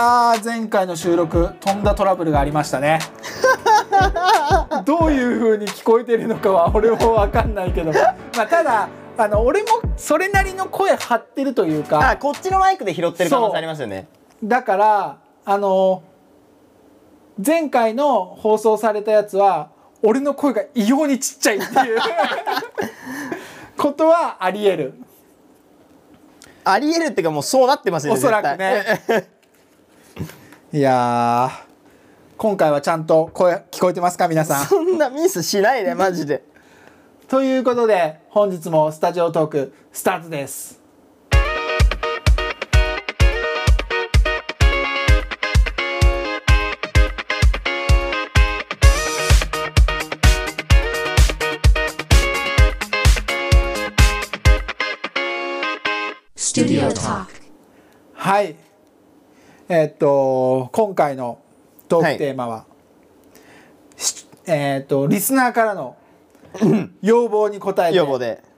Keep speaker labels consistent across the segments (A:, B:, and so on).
A: やー、前回の収録とんだトラブルがありましたね。どういう風に聞こえてるのかは俺も分かんないけど、まあ、ただ俺もそれなりの声張ってるというか、
B: こっちのマイクで拾ってる可能性ありますよね。
A: だから前回の放送されたやつは俺の声が異様にちっちゃいっていうことはありえる。
B: ありえるっていうかもうそうなってますよね。
A: おそらくね。いやー、今回はちゃんと声聞こえてますか皆さん。
B: そんなミスしないでマジで。
A: ということで本日もスタジオトークスタートです。はい、今回のトークテーマは、リスナーからの要望に応えて、
B: 要望で、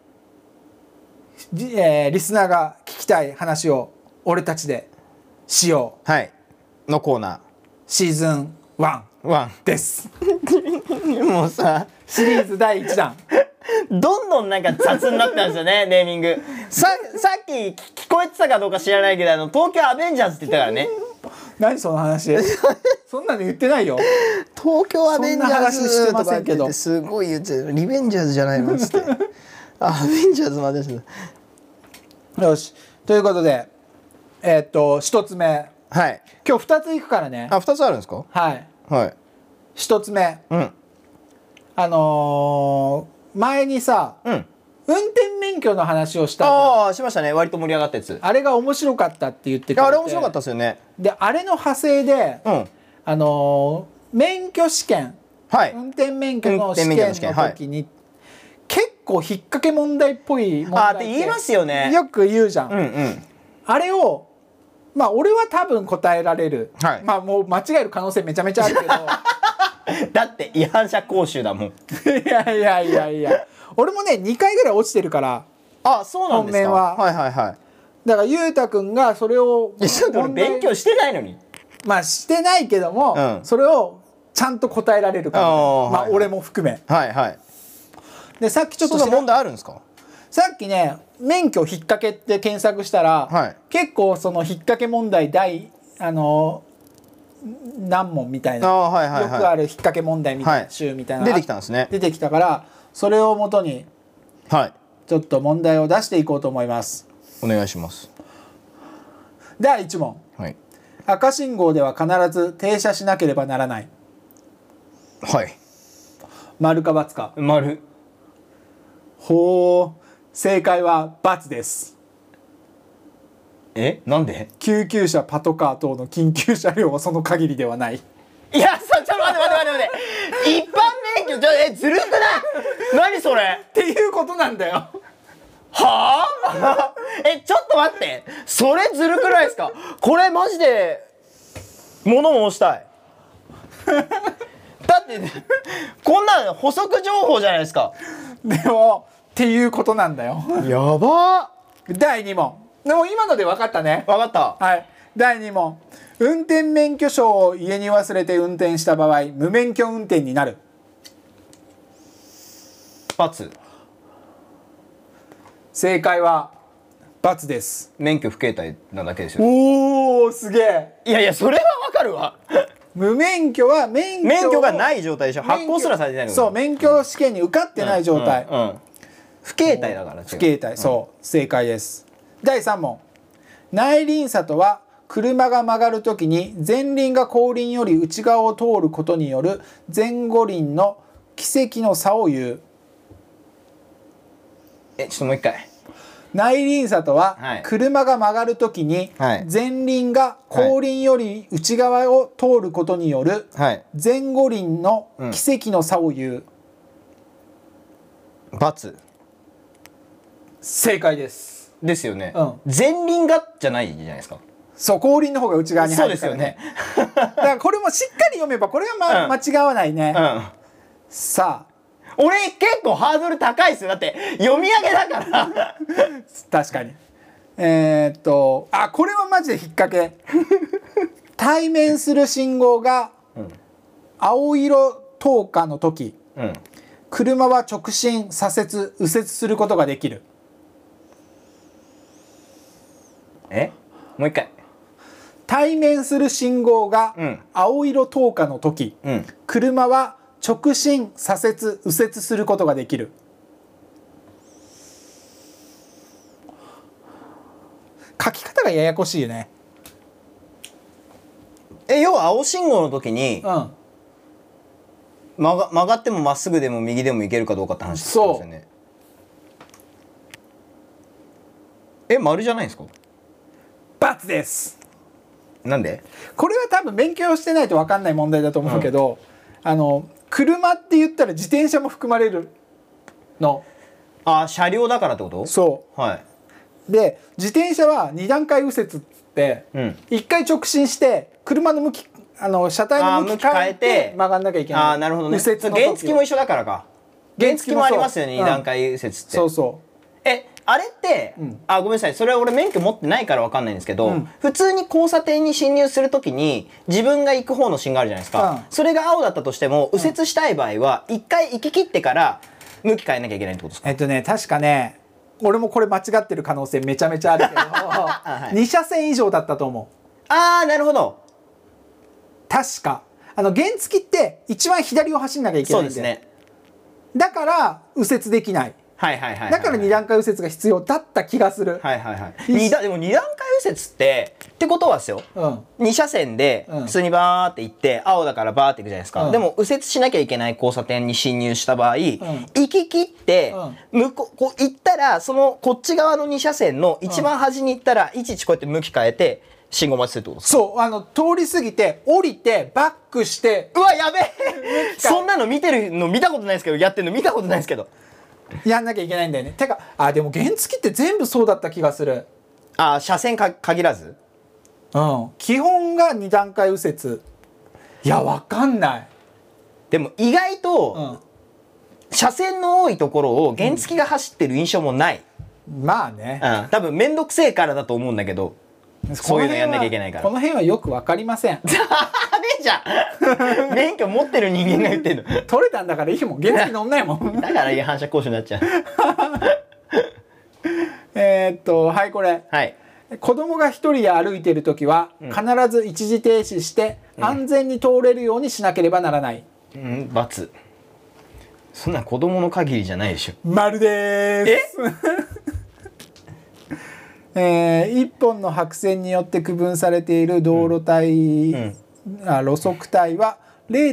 A: リスナーが聞きたい話を俺たちでしよう、
B: はい、のコーナー
A: シーズン1です
B: もうさ、
A: シリーズ第1弾
B: どんどんなんか雑になってたんですよねネーミング。さっき聞こえてたかどうか知らないけど東京アベンジャーズって言ったからね。
A: 何その話そんなの言ってないよ。
B: 東京アベンジャーズ
A: してませんけど、
B: すごい言ってる。リベンジャーズじゃないのっつってアベンジャーズまでです。
A: よし、ということで1つ目、
B: はい、
A: 今日2ついくからね。
B: 2つあるんですか。
A: はい
B: はい。
A: 1つ目、前にさ、運転免許の話をした
B: しましたね。割と盛り上がったやつ。
A: あれが面白かったって言ってて、
B: あれ面白かったですよね。
A: であれの派生で、免許試験、運転免許の試験の時に、結構引っ掛け問題っぽい問題って
B: 言いますよね。
A: よく言うじゃん。あれをまあ俺は多分答えられる、まあもう間違える可能性めちゃめちゃあるけど
B: だって違反者講習だもん。い
A: や俺もね2回ぐらい落ちてるから。
B: そうなんですか。本
A: 面はだからゆうたくんがそれを
B: 勉強してないのに、
A: まあしてないけども、それをちゃんと答えられるか、まあ俺も含め。でさっきちょっと
B: 問題あるんですか。
A: さっきね免許引っ掛けって検索したら、結構その引っ掛け問題何問みたいな、よくある引っ掛け問題みたいな週みたいな
B: 出てきたんですね。
A: 出てきたから、それをもとにちょっと問題を出していこうと思います。
B: お願いします。
A: 第1問、赤信号では必ず停車しなければならない。丸か×か。
B: 丸。
A: ほう、正解は×です。
B: なんで。
A: 救急車、パトカー等の緊急車両はその限りではない。
B: いや、ちょっと待って一般免許ずるくない。何それ
A: っていうことなんだよ。
B: はあちょっと待って、それずるくないですか。これマジで物申したいだってこんなの補足情報じゃないですか。
A: でもっていうことなんだよ。
B: やば。
A: 第2問。でも今ので分かったね。
B: 分かった。
A: 第2問。運転免許証を家に忘れて運転した場合、無免許運転になる。
B: ×。
A: 正解は×です。
B: 免許不携帯なだけですよ。
A: おお、すげえ。
B: いやそれは分かるわ。
A: 無免許は免
B: 許がない状態でしょ。発行すらされてないの。
A: そう、免許試験に受かってない状態。
B: 不携帯だから。
A: 不携帯、そう、正解です。第3問。内輪差とは車が曲がるときに前輪が後輪より内側を通ることによる前後輪の軌跡の差を言う。
B: ちょっともう一回。
A: 内輪差とは、車が曲がるときに前輪が後輪より内側を通ることによる前後輪の軌跡の差を言う。
B: ×。
A: 正解です。
B: ですよね。前輪がじゃないじゃないですか。
A: そう、後輪の方が内側に入るからね。
B: そうですよね。
A: だからこれもしっかり読めばこれは間違わないね。さあ。
B: 俺結構ハードル高いですよ。だって読み上げだから
A: 確かに。これはマジで引っ掛け。 対面する信号が青色灯火の時、
B: うん。
A: 車は直進、左折、右折することができる。
B: もう一回。
A: 対面する信号が
B: うん
A: 青色灯火の時、
B: うん。
A: 車は直進、左折、右折することができる。書き方がややこしいよね。
B: 要は青信号の時に
A: うん
B: 曲がってもまっすぐでも右でも行けるかどうかって話ですよね。丸じゃないんですか？
A: ×です。
B: なんで？
A: これは多分勉強してないと分かんない問題だと思うけど、車って言ったら自転車も含まれるの。
B: 車両だからってこと？
A: そ
B: はい。
A: うで、自転車は2段階右折って
B: うん
A: 1回直進して車の向き車体の向き変えて曲がんなきゃいけない。
B: なるほどね。
A: 右折の時
B: 原付も一緒だからか。原付もありますよね、2段階右折って。
A: そうそ
B: あれって、ごめんなさい、それは俺免許持ってないから分かんないんですけど、普通に交差点に進入するときに自分が行く方の信号あるじゃないですか、それが青だったとしても右折したい場合は一回行き切ってから向き変えなきゃいけないってことですか？
A: 確かね、俺もこれ間違ってる可能性めちゃめちゃあるけど、2車線以上だったと思う。
B: なるほど。
A: 確か原付って一番左を走んなきゃいけないんで、
B: そうですね。
A: だから右折できない。だから2段階右折が必要だった気がする。
B: でも2段階右折ってことはですよ、2車線で普通にバーって行って青だからバーって行くじゃないですか、でも右折しなきゃいけない交差点に進入した場合、行き切って向こうこう行ったら、そのこっち側の2車線の一番端に行ったらいちいちこうやって向き変えて信号待ちするってことですか？
A: そう、通り過ぎて降りてバックして、
B: うわやべえそんなの見てるの見たことないですけど、やってるの見たことないですけど、
A: やんなきゃいけないんだよね。てかでも原付って全部そうだった気がする。
B: 車線限らず、
A: 基本が2段階右折。いや、わかんない。
B: でも意外と、車線の多いところを原付が走ってる印象もない、
A: まあね、
B: 多分面倒くせえからだと思うんだけど、そういうのやんなきゃいけないから。
A: この辺はよくわかりません。
B: ダメじゃん免許持ってる人間が言ってんの
A: 取れたんだからいいもん、原付乗んないもん。
B: だから違反者講習になっちゃう
A: はい、これ、
B: はい。
A: 子供が一人で歩いている時は必ず一時停止して安全に通れるようにしなければならない。
B: ×。そんな子供の限りじゃないでしょ。
A: 丸でーす。一本の白線によって区分されている道路帯、路側帯は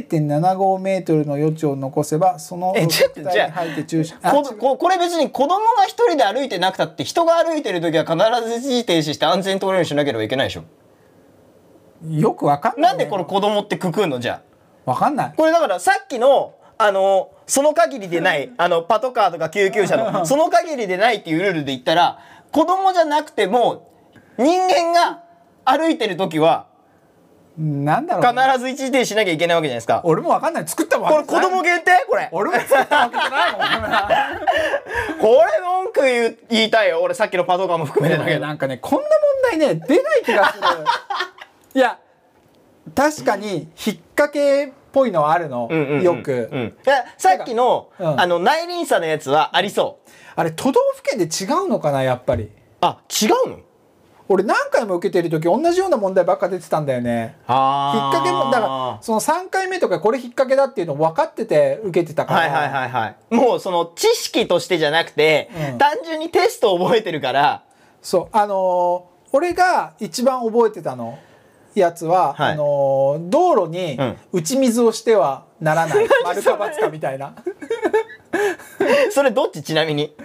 A: 0.75 メートルの余地を残せばその路側帯に入って駐車。
B: これ別に子供が一人で歩いてなくたって、人が歩いてる時は必ず一時停止して安全に通れるようにしなければいけないでしょ。
A: よくわかんない、ね。
B: なんでこれ子供ってくくんの？じゃ
A: あわかんない。
B: これだからさっきのその限りでないパトカーとか救急車のその限りでないっていうルールで言ったら、子供じゃなくても人間が歩いてる時は
A: なんだろう、ね、
B: 必ず一時停止しなきゃいけないわけじゃないですか。
A: 俺もわかんない。作ったもん。
B: これ子供限定？これ
A: 俺も作ったわけじゃないもん。
B: これ文句言いたいよ俺、さっきのパトカーも含めてだけど。
A: なんかね、こんな問題ね出ない気がする。いや確かに引っ掛けっぽいのはあるの、よく。
B: さっきの内輪差のやつはありそう。
A: あれ都道府県で違うのかな、やっぱり。
B: 違うの？
A: 俺何回も受けてる時同じような問題ばっか出てたんだよね。引っ掛けもだからその3回目とかこれ引っ掛けだっていうの分かってて受けてたから。
B: もうその知識としてじゃなくて、単純にテストを覚えてるから。
A: そう俺が一番覚えてたのやつは、道路に打ち水をしてはならない、丸か×かみたいな。
B: それどっち？ちなみに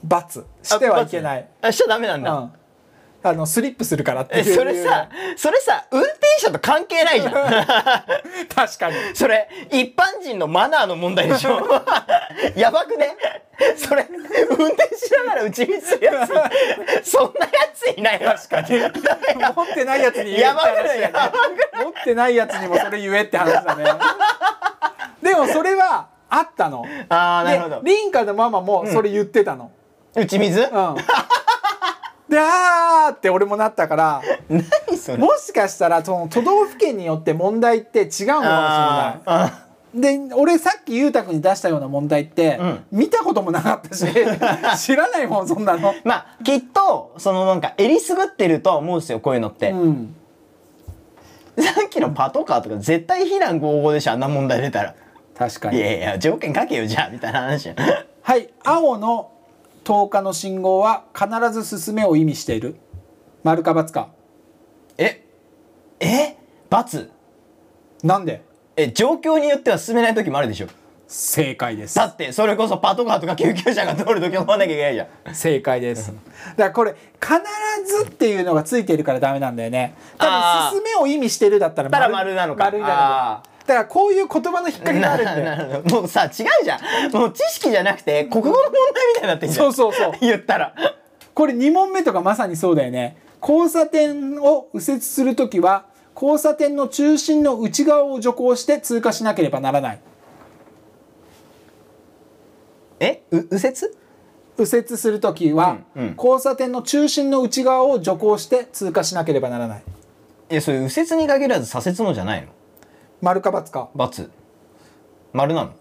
A: ×してはいけない。
B: しちゃダメなんだ。
A: スリップするからっていう。
B: それさ運転者と関係ないじゃん。
A: 確かに
B: それ一般人のマナーの問題でしょ。やばくね？それ運転しながら打ち水するやつそんなやついない。
A: 確かに持ってないやつに言えって話だよね。持ってないやつにもそれ言えって話だね。でもそれはあったの。
B: なるほど。
A: リンカのママもそれ言ってたの。
B: 打ち水？
A: でって俺もなったから。
B: 何それ。
A: もしかしたらその都道府県によって問題って違うのかもしれない。で俺さっきゆうたくんに出したような問題って、見たこともなかったし知らないもんそんなの。
B: まあきっとそのなんかえりすぐってるとは思うんですよこういうのって。さっきのパトカーとか絶対非難合々でしょあんな問題出たら。
A: 確かに。
B: いやいや条件書けよじゃあみたいな話や。
A: はい、青の灯火の信号は必ず進めを意味している。丸か×か。
B: ×。
A: なんで？
B: 状況によっては進めない時もあるでしょ。
A: 正解です。
B: だってそれこそパトカーとか救急車が通る時思わなきゃいけないじゃん。
A: 正解です。だからこれ必ずっていうのがついてるからダメなんだよね。多分進めを意味してるだったら
B: 丸なのか。
A: 丸になる。だからこういう言葉の引っ掛けがあるんだよ。
B: もうさ違うじゃん。もう知識じゃなくて国語の問題みたいになってんじゃん。
A: そう
B: 言ったら
A: これ2問目とかまさにそうだよね。交差点を右折するときは交差点の中心の内側を徐行して通過しなければならない。
B: 右折
A: するときは、交差点の中心の内側を徐行して通過しなければならない。
B: それ右折に限らず左折のじゃないの？
A: 丸か×か。
B: ×。丸なの？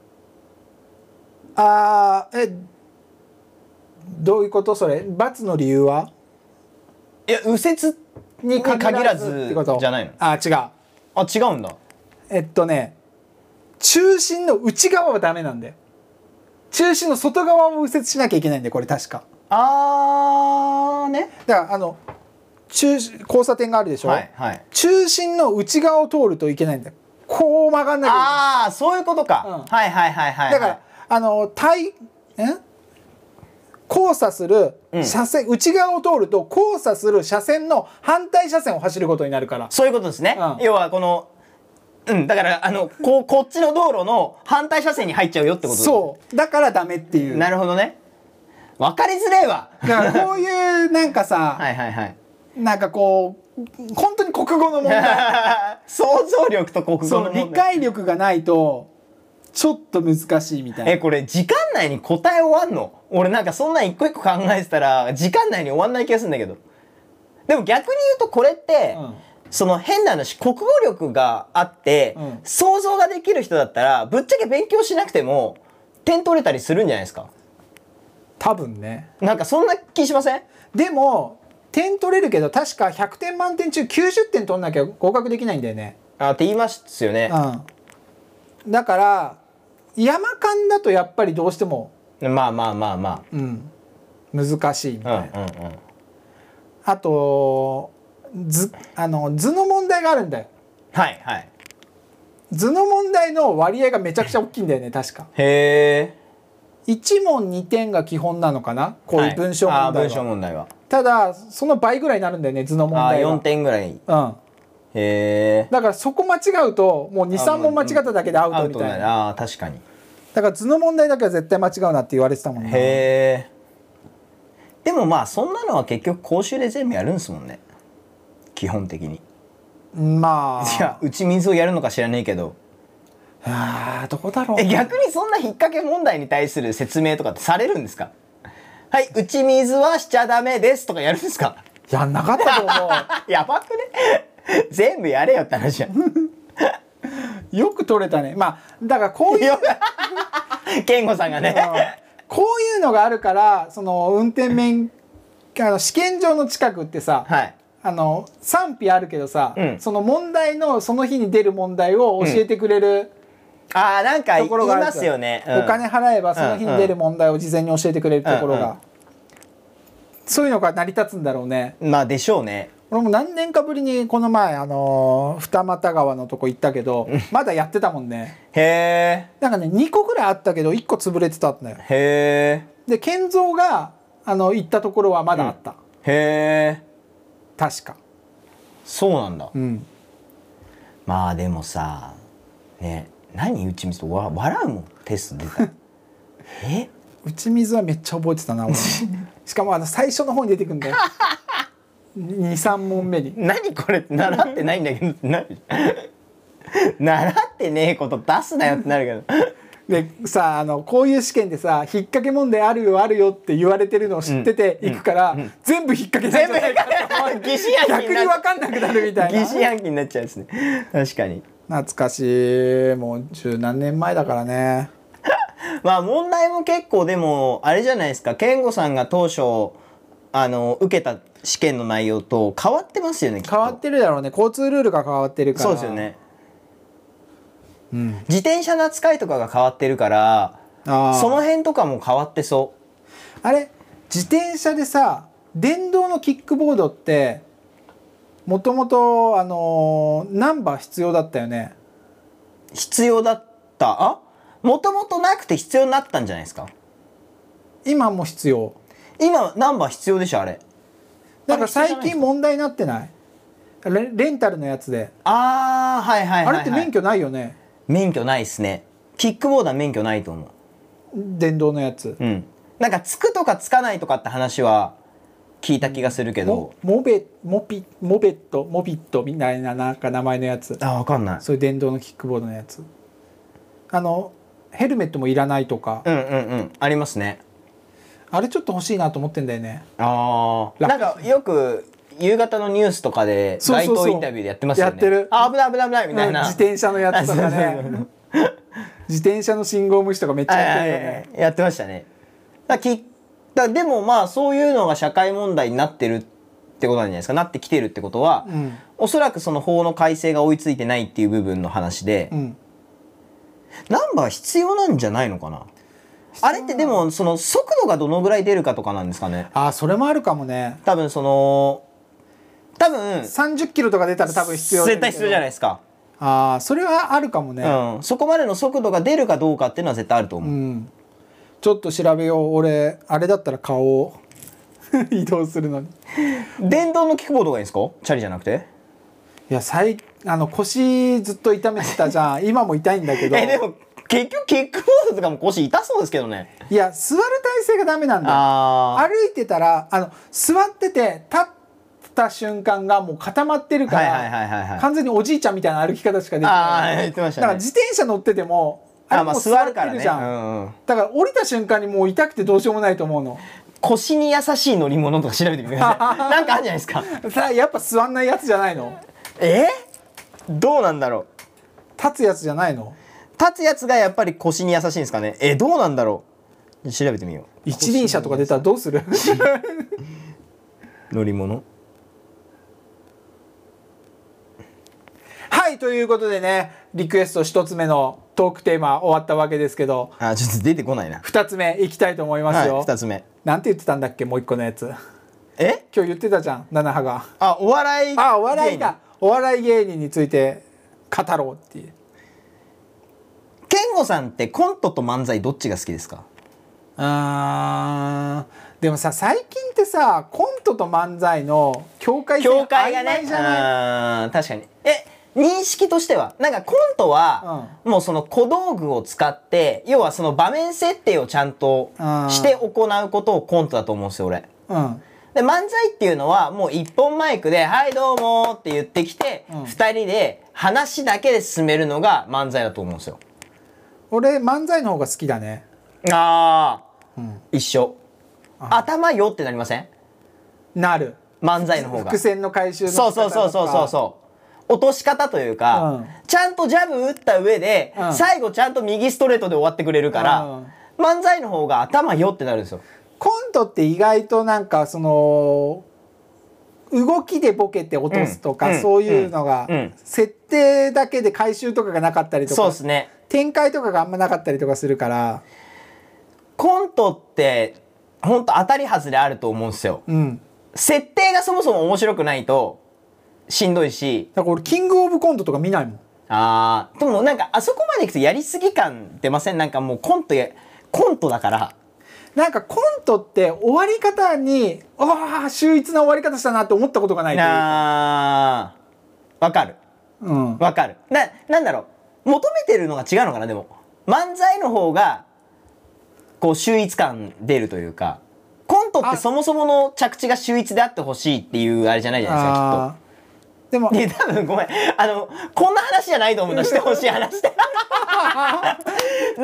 A: どういうことそれ？×の理由は？
B: 右折に限らずじゃないの？
A: 違う。
B: 違うんだ。
A: 中心の内側はダメなんだよ。中心の外側を右折しなきゃいけないんでこれ確か。
B: ね。
A: だから交差点があるでしょ。中心の内側を通るといけないんだよ。こう曲がんなきゃいけない。
B: そういうことか。
A: だから交差する車線、内側を通ると交差する車線の反対車線を走ることになるから。
B: そういうことですね。要はこのだからこっちの道路の反対車線に入っちゃうよってこと。
A: そうだからダメっていう。
B: なるほどね。分かりづれえわ。
A: だからこういうなんかさなんかこう本当に国語の問題
B: 想像力と国語の問題、
A: 理解力がないとちょっと難しいみたいな。
B: これ時間内に答え終わんの？俺なんかそんなん一個一個考えてたら時間内に終わんない気がするんだけど。でも逆に言うとこれって、その変な話国語力があって、想像ができる人だったらぶっちゃけ勉強しなくても点取れたりするんじゃないですか？
A: 多分ね。
B: なんかそんな気しません？
A: でも点取れるけど確か100点満点中90点取んなきゃ合格できないんだよね。
B: って言いますよね。
A: だから山間だとやっぱりどうしても
B: 難
A: しいみたいな。あと図の問題があるんだよ。図の問題の割合がめちゃくちゃ大きいんだよね確か。1問2点が基本なのかなこういう文章問題は。ただその倍ぐらいになるんだよね図の問題が。
B: 4点ぐらい。
A: だからそこ間違うともう 2,3 問間違っただけでアウトみたいな。
B: 確かに。
A: だから図の問題だけは絶対間違うなって言われてたもんね。
B: でもまあそんなのは結局講習で全部やるんですもんね基本的に。いや打ち水をやるのか知らないけど。
A: どこだろう。
B: 逆にそんな引っ掛け問題に対する説明とかってされるんですか？はい打ち水はしちゃダメですとかやるんですか？
A: やんなかったと思
B: う。やばくね？全部やれよって話じゃん。
A: よく取れたね。だからこういう
B: 健吾さんがね
A: こういうのがあるからその運転免試験場の近くってさ、賛否あるけどさ、その問題のその日に出る問題を教えてくれる
B: なんか言いますよね。
A: お金払えばその日に出る問題を事前に教えてくれるところが、そういうのが成り立つんだろうね。
B: でしょうね。
A: 俺も何年かぶりにこの前二俣川のとこ行ったけどまだやってたもんね。なんかね2個ぐらいあったけど1個潰れてたんだよ。で健三が行ったところはまだあった。確か。
B: そうなんだ。でもさね何打ち水と笑うもんテスト出たら。
A: 打ち水はめっちゃ覚えてたな俺。しかも最初の方に出てくんだよ。2,3 問目に。
B: 何これ習ってないんだけど習ってねえこと出すなよってなるけど。
A: でさこういう試験でさ引っ掛け問題あるよあるよって言われてるのを知ってていくから、全部引っ掛けなんじゃないかって疑心暗鬼になる、逆に分かんなくなるみたいな、
B: 疑心暗鬼になっちゃうんですね。確かに
A: 懐かしい。もう十何年前だからね。
B: まあ問題も結構でもあれじゃないですか、健吾さんが当初受けた試験の内容と変わってますよね。
A: 変わってるだろうね。交通ルールが変わってるから。
B: そうですよね。自転車の扱いとかが変わってるから、その辺とかも変わってそう。
A: あれ自転車でさ電動のキックボードってもともとナンバー必要だったよね。
B: 必要だった。もともとなくて必要になったんじゃないですか。
A: 今も必要。
B: 今ナンバー必要でしょあれ。
A: なんか最近問題になってない？レンタルのやつで。
B: はいはいはい、はい。
A: あれって免許ないよね。
B: 免許ないっすね。キックボードは免許ないと思う。
A: 電動のやつ。
B: なんかつくとかつかないとかって話は聞いた気がするけど。
A: モビットみたいななんか名前のやつ。
B: わかんない。
A: そういう電動のキックボードのやつ。ヘルメットもいらないとか。
B: ありますね。
A: あれちょっと欲しいなと思ってんだよね。
B: なんかよく夕方のニュースとかで街頭インタビューでやってますよね。
A: やってる。
B: 危ない危ない危ないみたいな。
A: 自転車のやつとかね。自転車の信号無視とかめっちゃやってるよね。
B: やってましたね。でもまあそういうのが社会問題になってるってことなんじゃないですか。なってきてるってことは、おそらくその法の改正が追いついてないっていう部分の話で、ナンバー必要なんじゃないのかな。あれってでもその速度がどのぐらい出るかとかなんですかね。
A: それもあるかもね。
B: 多分
A: 30キロとか出たら多分必要だけど。
B: 絶対必要じゃないですか。
A: それはあるかもね。
B: そこまでの速度が出るかどうかっていうのは絶対あると思う。
A: ちょっと調べよう。俺あれだったら買おう。移動するのに。
B: 電動のキックボードがいいんですか？チャリじゃなくて？
A: いや腰ずっと痛めてたじゃん。今も痛いんだけど。
B: でも結局キックボードとかも腰痛そうですけどね。
A: いや座る体勢がダメなんだよ。歩いてたら座ってて立った瞬間がもう固まってるから完全におじいちゃんみたいな歩き方しかできない。
B: 言ってましたね。
A: だから自転車乗っててももう座ってるじゃん。だから降りた瞬間にもう痛くてどうしようもないと思うの。
B: 腰に優しい乗り物とか調べてみてください。なんかあるじゃないですか。
A: やっぱ座んないやつじゃないの？
B: どうなんだろう。
A: 立つやつじゃないの？
B: 立つやつがやっぱり腰に優しいんですかね。どうなんだろう。調べてみよう。
A: 一輪車とか出たらどうする？
B: 乗り物。
A: はい、ということでね、リクエスト1つ目のトークテーマ終わったわけですけど、
B: ちょっと出てこないな。
A: 2つ目いきたいと思いますよ。
B: 2つ目
A: なんて言ってたんだっけ、もう1個のやつ。今日言ってたじゃん、七波が。
B: お笑い。
A: お笑いだ。お笑い芸人について語ろうっていう。
B: 健吾さんってコントと漫才どっちが好きですか？
A: でもさ、最近ってさ、コントと漫才の境界線曖昧じゃない？
B: 確かに。認識としてはなんかコントは、もうその小道具を使って要はその場面設定をちゃんとして行うことをコントだと思うんですよ俺。で漫才っていうのはもう一本マイクで「はいどうも」って言ってきて、2人で話だけで進めるのが漫才だと思うんですよ。
A: 俺漫才の方が好きだね。
B: 一緒。頭よってなりません？
A: なる。
B: 漫才の方が
A: 伏線の回収の
B: そう落とし方というか、ちゃんとジャブ打った上で、最後ちゃんと右ストレートで終わってくれるから、漫才の方が頭よってなるんですよ。
A: コントって意外となんかその動きでボケて落とすとか、そういうのが、設定だけで回収とかがなかったりとか、
B: そうですね、
A: 展開とかがあんまなかったりとかするから、
B: コントってほんと当たり外れあると思うんですよ。設定がそもそも面白くないとしんどいし。
A: だから俺キングオブコントとか見ないもん。
B: でもなんかあそこまでいくとやりすぎ感出ません？なんかもうコントだから。
A: なんかコントって終わり方に秀逸な終わり方したなって思ったことがないというか。
B: わかる。わかる。なんだろう、求めてるのが違うのかな。でも漫才の方がこう秀逸感出るというか、コントってそもそもの着地が秀逸であってほしいっていうあれじゃないじゃないですか、きっと。でも多分ごめん、こんな話じゃないと思うんだ、してほしい話って。なんで2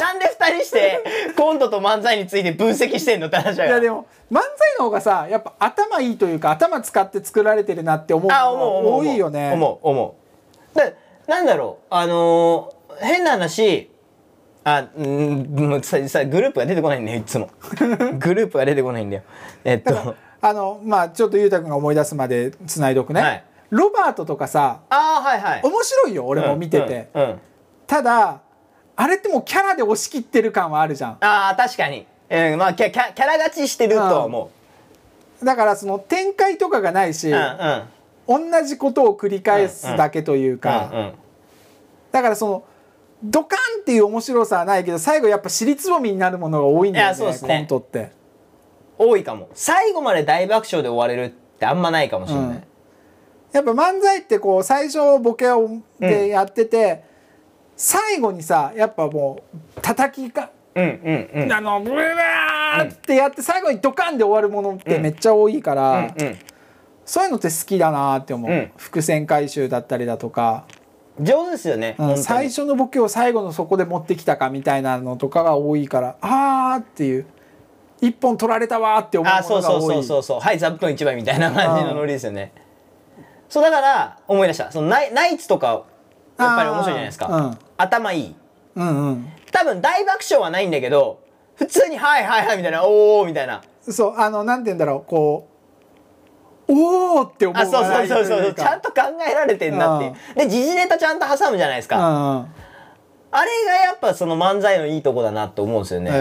B: ったりしてコントと漫才について分析してんのって話だから。
A: いやでも漫才の方がさやっぱ頭いいというか頭使って作られてるなって思うのが多いよね。
B: 思う。でなんだろう変な話もうさグループが出てこないんだよいつもグループが出てこないんだよ。
A: まあちょっとゆうたくんが思い出すまでつないどくね、はい、ロバートとかさ
B: はいはい、
A: 面白いよ俺も見てて、ただあれってもうキャラで押し切ってる感はあるじゃん。
B: 確かに、まあキャラ勝ちしてるとは思
A: う、だからその展開とかがないし、同じことを繰り返すだけというか、だからそのドカンっていう面白さはないけど最後やっぱ尻つぼみになるものが多いんだよね、コントって
B: 多いかも。最後まで大爆笑で終われるってあんまないかもしれない、
A: やっぱ漫才ってこう最初ボケでやってて、最後にさやっぱもう叩きがブワーってやって最後にドカンで終わるものってめっちゃ多いから、そういうのって好きだなって思う、伏線回収だったりだとか
B: 上手ですよね、
A: 最初のボケを最後のそこで持ってきたかみたいなのとかが多いから、あーっていう一本取られたわーって思うものが多い。
B: そうはい座布団一枚みたいな感じのノリですよね。そうだから思い出した、そのナイツとかやっぱり面白いじゃないですか、頭いい、多分大爆笑はないんだけど普通にはいはいはいみたいな、おおみたいな、
A: そうなんて言うんだろう、こうおおって思う笑いというか、
B: そうちゃんと考えられてんなっていう、で時事ネタちゃんと挟むじゃないですか、あれがやっぱその漫才のいいとこだなって思うんですよね。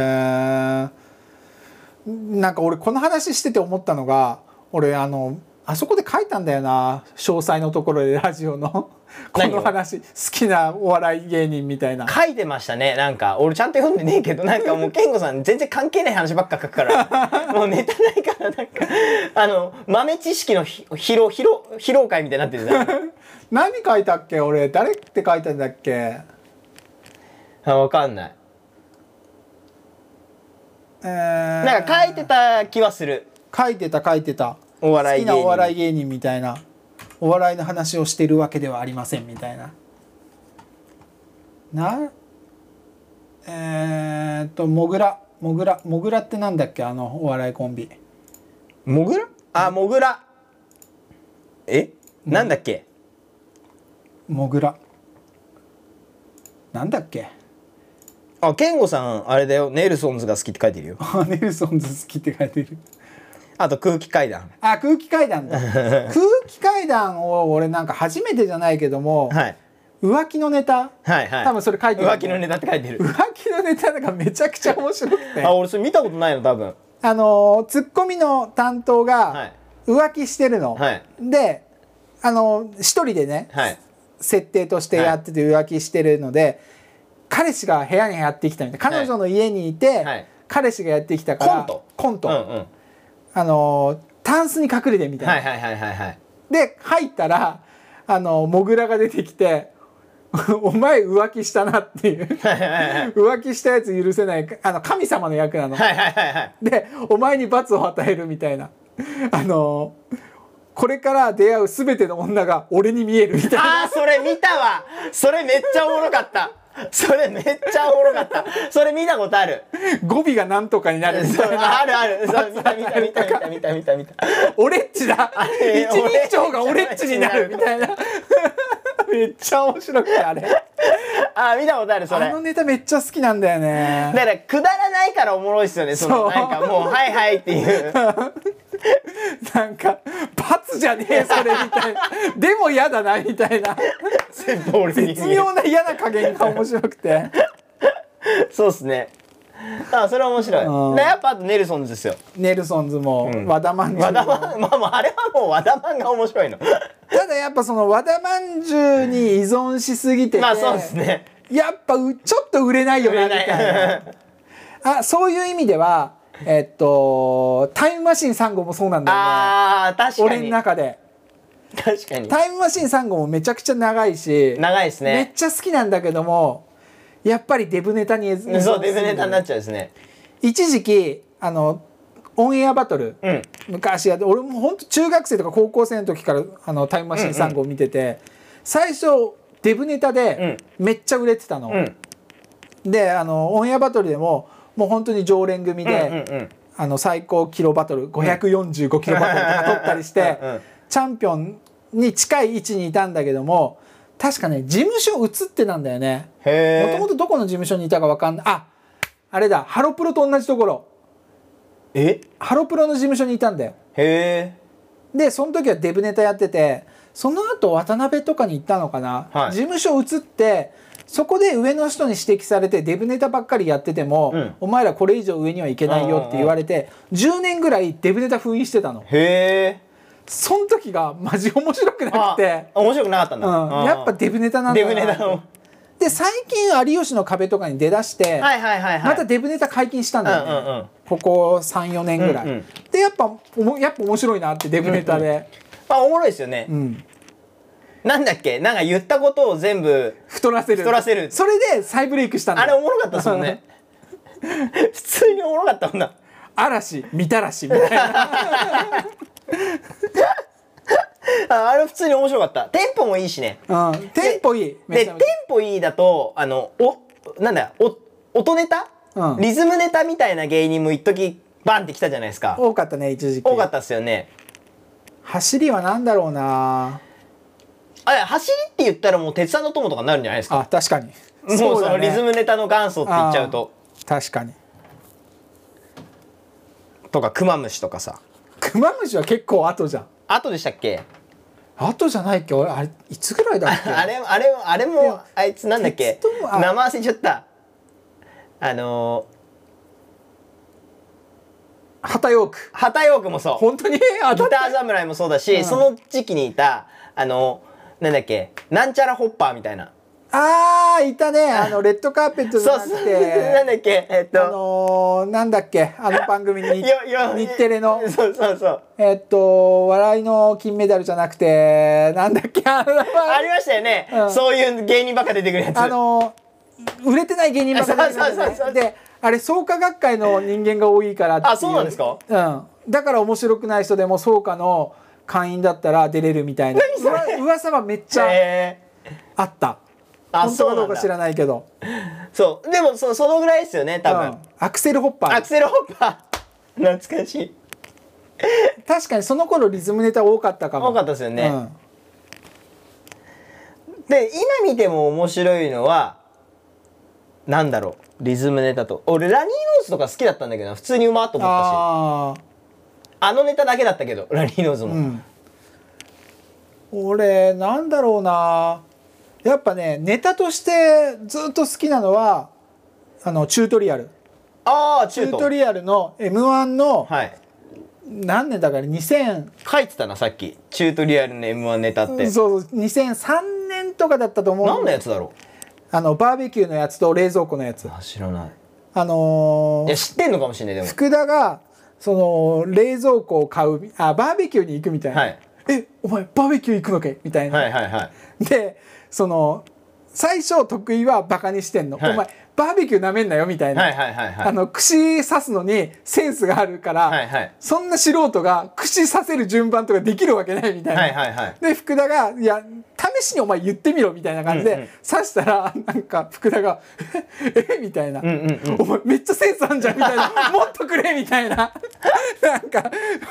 A: なんか俺この話してて思ったのが、俺あそこで書いたんだよな、詳細のところでラジオのこの話、好きなお笑い芸人みたいな
B: 書いてましたね。なんか俺ちゃんと読んでねえけど、なんかもう健吾さん全然関係ない話ばっか書くからもうネタないから、なんか豆知識の披露会みたいになってるじゃん
A: 何書いたっけ俺、誰って書いたんだっけ、
B: 分かんない、なんか書いてた気はする。
A: 書いてた好きなお笑い芸人みたいな、お笑いの話をしてるわけではありませんみたいな。もぐらってなんだっけ、お笑いコンビ。
B: もぐら？もぐら。なんだっけ？
A: もぐら。なんだっけ？
B: 健吾さんあれだよ、ネルソンズが好きって書いてるよ
A: ネルソンズ好きって書いてる。
B: あと空気階段。
A: 空気階段だ空気階段を俺なんか初めてじゃないけども、浮気のネタ、多分それ書いてる、
B: 浮気のネタって書いてる。
A: 浮気のネタがめちゃくちゃ面白くて
B: 俺それ見たことないの多分。
A: ツッコミの担当が浮気してるの、で一人でね、設定としてやってて浮気してるので、彼氏が部屋にやってきたみたいな、彼女の家にいて、彼氏がやってきたからコント、タンスに隠れてみたいな。で入ったらモグラが出てきてお前浮気したなっていう浮気したやつ許せない神様の役なの。でお前に罰を与えるみたいな、これから出会う全ての女が俺に見えるみたいな。
B: それ見たわ。それめっちゃおもろかった。それめっちゃおもろかった。それ見たことある。
A: 語尾がなんとかになるみたいな。
B: ある。見た。
A: オレッチだ。一人称がオレッチになるみたいな。めっちゃ面白くてあれ。
B: 見たことあるそれ。
A: ネタめっちゃ好きなんだよね。
B: だからくだらないからおもろいっすよね。なんかもうはいっていう。
A: なんか罰じゃねえそれみたいな。でも嫌だなみたいな。絶妙な嫌な加減が面白くて。
B: そうっすね。それは面白い。やっぱあとネルソンズですよ。
A: ネルソンズも和田まんじゅう。
B: あれはもう和田まんが面白いの。
A: ただやっぱその和田まんじゅうに依存しすぎてて、
B: そうですね。
A: やっぱちょっと売れないよなみたいな。そういう意味ではタイムマシーン3号もそうなんだよね。
B: 確かに。
A: 俺の中で。
B: 確かに。
A: タイムマシーン3号もめちゃくちゃ長いし、
B: 長いですね。
A: めっちゃ好きなんだけども、やっぱりデブネタに
B: そうデブネタになっちゃうですね。
A: 一時期オンエアバトル、昔やって、俺も本当中学生とか高校生の時からタイムマシーン3号見てて、最初デブネタでめっちゃ売れてたの。 でオンエアバトルでももう本当に常連組で、最高キロバトル545キロバトルとか取ったりしてチャンピオンに近い位置にいたんだけども、確かね事務所移ってなんだよね。もともとどこの事務所にいたか分かんない。あれだ、ハロプロと同じところ。ハロプロの事務所にいたんだよ。でその時はデブネタやってて、その後渡辺とかに行ったのかな、事務所移ってそこで上の人に指摘されてデブネタばっかりやってても、お前らこれ以上上にはいけないよって言われて、10年ぐらいデブネタ封印してたの。その時がマジ面白くなくて。
B: 面白くなかったんだ。
A: やっぱデブネタなんだな。デブネタの。で最近有吉の壁とかに出だしてまたデブネタ解禁したんだよね、ここ 3,4 年ぐらい、でやっぱ面白いなってデブネタで、
B: おもろいですよね、なんだっけ、なんか言ったことを全部
A: 太らせる、それで再ブレイクしたんだ。
B: あれおもろかったですもんね普通におもろかったもんな。
A: 嵐みたらしみたいな
B: あれ普通に面白かった。テンポもいいしね。
A: テンポいい。
B: で、テンポいいだと、なんだ、音ネタ、リズムネタみたいな芸人も一時バンってきたじゃないですか。
A: 多かったね、一時期。
B: 多かったっすよね。
A: 走りはなんだろうな。
B: 走りって言ったらもう鉄腕の友とかになるんじゃないですか。
A: 確かに。
B: もうそのリズムネタの元祖って言っちゃうと。
A: 確かに。
B: とか、クマムシとかさ。
A: クマムシは結構後じゃん。
B: 後でしたっけ？
A: 後じゃないっけ？あれいつぐらいだっけ？
B: あれもあいつなんだっけ？名前忘れちゃった。
A: 畑ヨーク。
B: 畑ヨークもそう。
A: 本当に？
B: ギター侍もそうだし、その時期にいたなんだっけ？なんちゃらホッパーみたいな。
A: いたね。レッドカーペットじゃなくて
B: なんだっけ、
A: なんだっけ、番組に日テレの
B: そう
A: 笑いの金メダルじゃなくてなんだっけ、
B: ありましたよね、そういう芸人ばっか出てくるやつ。
A: 売れてない芸人ばっか出てくるやつで、あれ創価学会の人間が多いからっていう。
B: そうなんですか？
A: だから面白くない人でも創価の会員だったら出れるみたいな噂はめっちゃあった。本当かどうか知らないけど。
B: そうでもそのぐらいですよね多分。
A: アクセルホッパー。
B: アクセルホッパー懐かしい。
A: 確かにその頃リズムネタ多かったかも。
B: 多かったですよね。で今見ても面白いのはなんだろう、リズムネタと。俺ラニーノーズとか好きだったんだけど普通にうまっと思ったし、あのネタだけだったけどラニーノーズも。
A: 俺なんだろうな、やっぱねネタとしてずっと好きなのはチュートリアル。チュートリアルの M1 の何年だから2000
B: 書いてたなさっき、チュートリアルの M1 ネタって。
A: そう2003年とかだったと思う。
B: 何のやつだろう。
A: バーベキューのやつと冷蔵庫のやつ。
B: 知らない。いや知ってんのかもしれない。でも
A: 福田がその冷蔵庫を買うバーベキューに行くみたいな。お前バーベキュー行くのかいみたいな。でその最初得意はバカにしてんの、お前バーベキューなめんなよみたいな、串刺すのにセンスがあるから、そんな素人が串刺せる順番とかできるわけないみたいな。で福田がいや試しにお前言ってみろみたいな感じで刺したら、なんか福田がえみたいな、お前めっちゃセンスあんじゃんみたいなもっとくれみたいななんか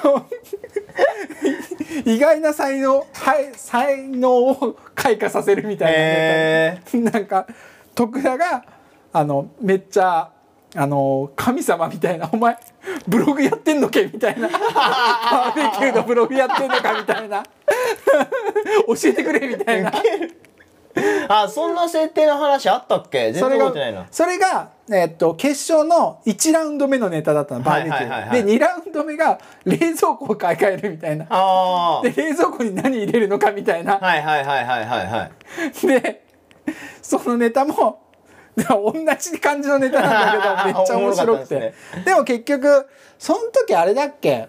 A: 意外な才能を開花させるみたいな、なんか徳田がめっちゃ神様みたいな、お前ブログやってんのけみたいなバーベキューのブログやってんのかみたいな教えてくれみたいな
B: そんな設定の話あったっけ？全然覚えてないな。
A: それが決勝の1ラウンド目のネタだったの、バーベキューで。2ラウンド目が冷蔵庫を買い替えるみたいな。で冷蔵庫に何入れるのかみたいな。でそのネタも同じ感じのネタなんだけどめっちゃ面白くてでも結局その時あれだっけ、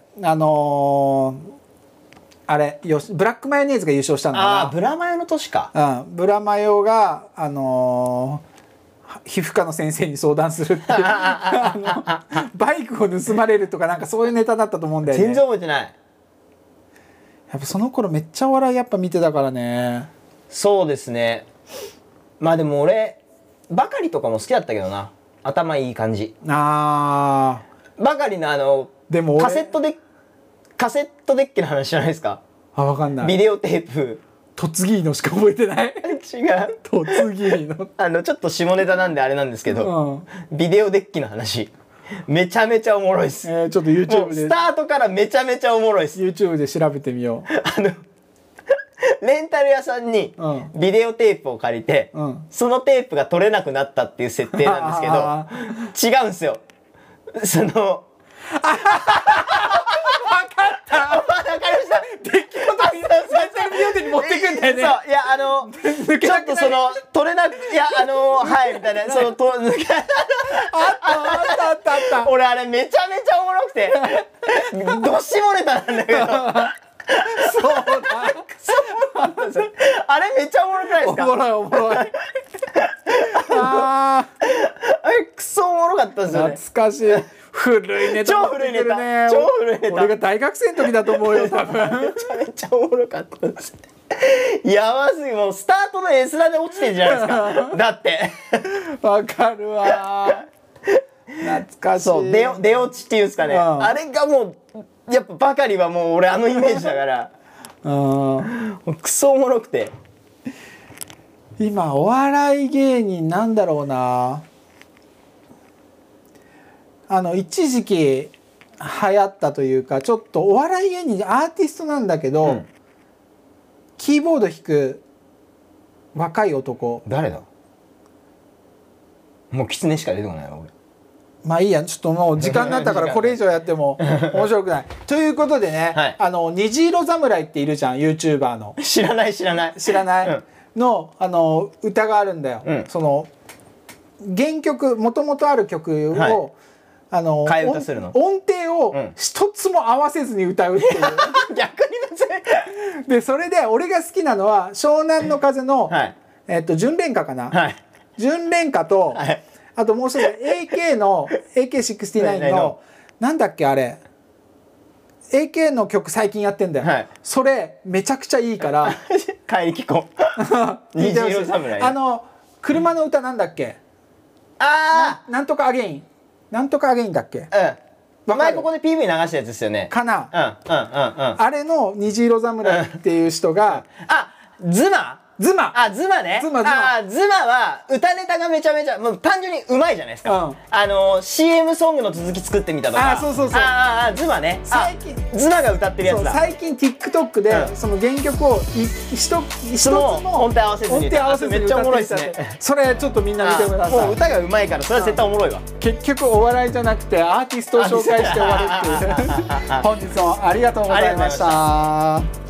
A: あれブラックマヨネーズが優勝したのかな。
B: ブラマヨの年か。
A: ブラマヨが皮膚科の先生に相談するっていうバイクを盗まれるとかなんかそういうネタだったと思うんだよね。
B: 全然覚えてない。
A: やっぱその頃めっちゃお笑いやっぱ見てたからね。
B: そうですね。まあでも俺ばかりとかも好きだったけどな。頭いい感じ。
A: あ
B: ばかりの
A: でも
B: カセットデッキの話じゃないですか。
A: わかんない。
B: ビデオテープ。
A: 突撃のしか覚えてない。
B: 違う。
A: 突撃の。
B: ちょっと下ネタなんであれなんですけど、ビデオデッキの話。めちゃめちゃおもろいっす。
A: ちょっと YouTube で。
B: スタートからめちゃめちゃおもろいっす。
A: YouTube で調べてみよ
B: う。レンタル屋さんにビデオテープを借りて、そのテープが取れなくなったっていう設定なんですけど、違うんすよ。その、わかったわかりました。
A: デッキの時にレンタルビデオ店に持ってくんだよね。
B: そう、いや、ちょっとその、取れなく、いや、はい、みたいな、その、抜け、あった。俺あれめちゃめちゃおもろくて、ど下ネタなんだけど。そうだ。あれめっちゃおもろくないですか？
A: おもろい。
B: あれクソおもろかったですよね。
A: 懐かしい。古いネタ。
B: 超古いネタ。
A: 俺が大学生の時だと思うよ、多分。
B: めちゃめちゃおもろかったです。やばすぎ、もうスタートの絵面で落ちてんじゃないですか。だって。
A: わかるわ。懐かしい。
B: そう、出落ちっていうんですかね。あれがもう、やっぱばかりはもう俺あのイメージだから。クソおもろくて。
A: 今お笑い芸人なんだろうな。一時期流行ったというか、ちょっとお笑い芸人アーティストなんだけど、キーボード弾く若い男。
B: 誰だ？もうキツネしか出てこないわ俺。
A: まあいいや、ちょっともう時間になったからこれ以上やっても面白くない。ということでね、虹色侍っているじゃん、YouTuber の。
B: 知らない。
A: の歌があるんだよ。その原曲、もともとある曲を
B: 替え歌するの？
A: 音程を一つも合わせずに歌うっていう。
B: 逆に別に。
A: でそれで俺が好きなのは湘南の風の純恋歌かな。純恋歌と。あともう一つ AK の AK69 のなんだっけあれ AK の曲最近やってんだよ、それめちゃくちゃいいから
B: 帰り聞こう。虹色侍。
A: 車の歌なんだっけ、なんとかアゲインだっけ。
B: 前ここで PV 流したやつですよね。
A: かな。あれの虹色侍っていう人がズマね。ズマは歌ネタがめちゃめちゃもう単純にうまいじゃないですか。CM ソングの続き作ってみたとか。 そう。
B: ズマね。ズマが歌ってるやつだ。
A: 最近 TikTok でその原曲を一つも
B: 音程合わせずに歌って、めっちゃおもろいですね。
A: それちょっとみんな見てください。
B: もう歌がうまいからそれは絶対おもろいわ。
A: 結局お笑いじゃなくてアーティストを紹介して終わるっていう。本日もありがとうございました。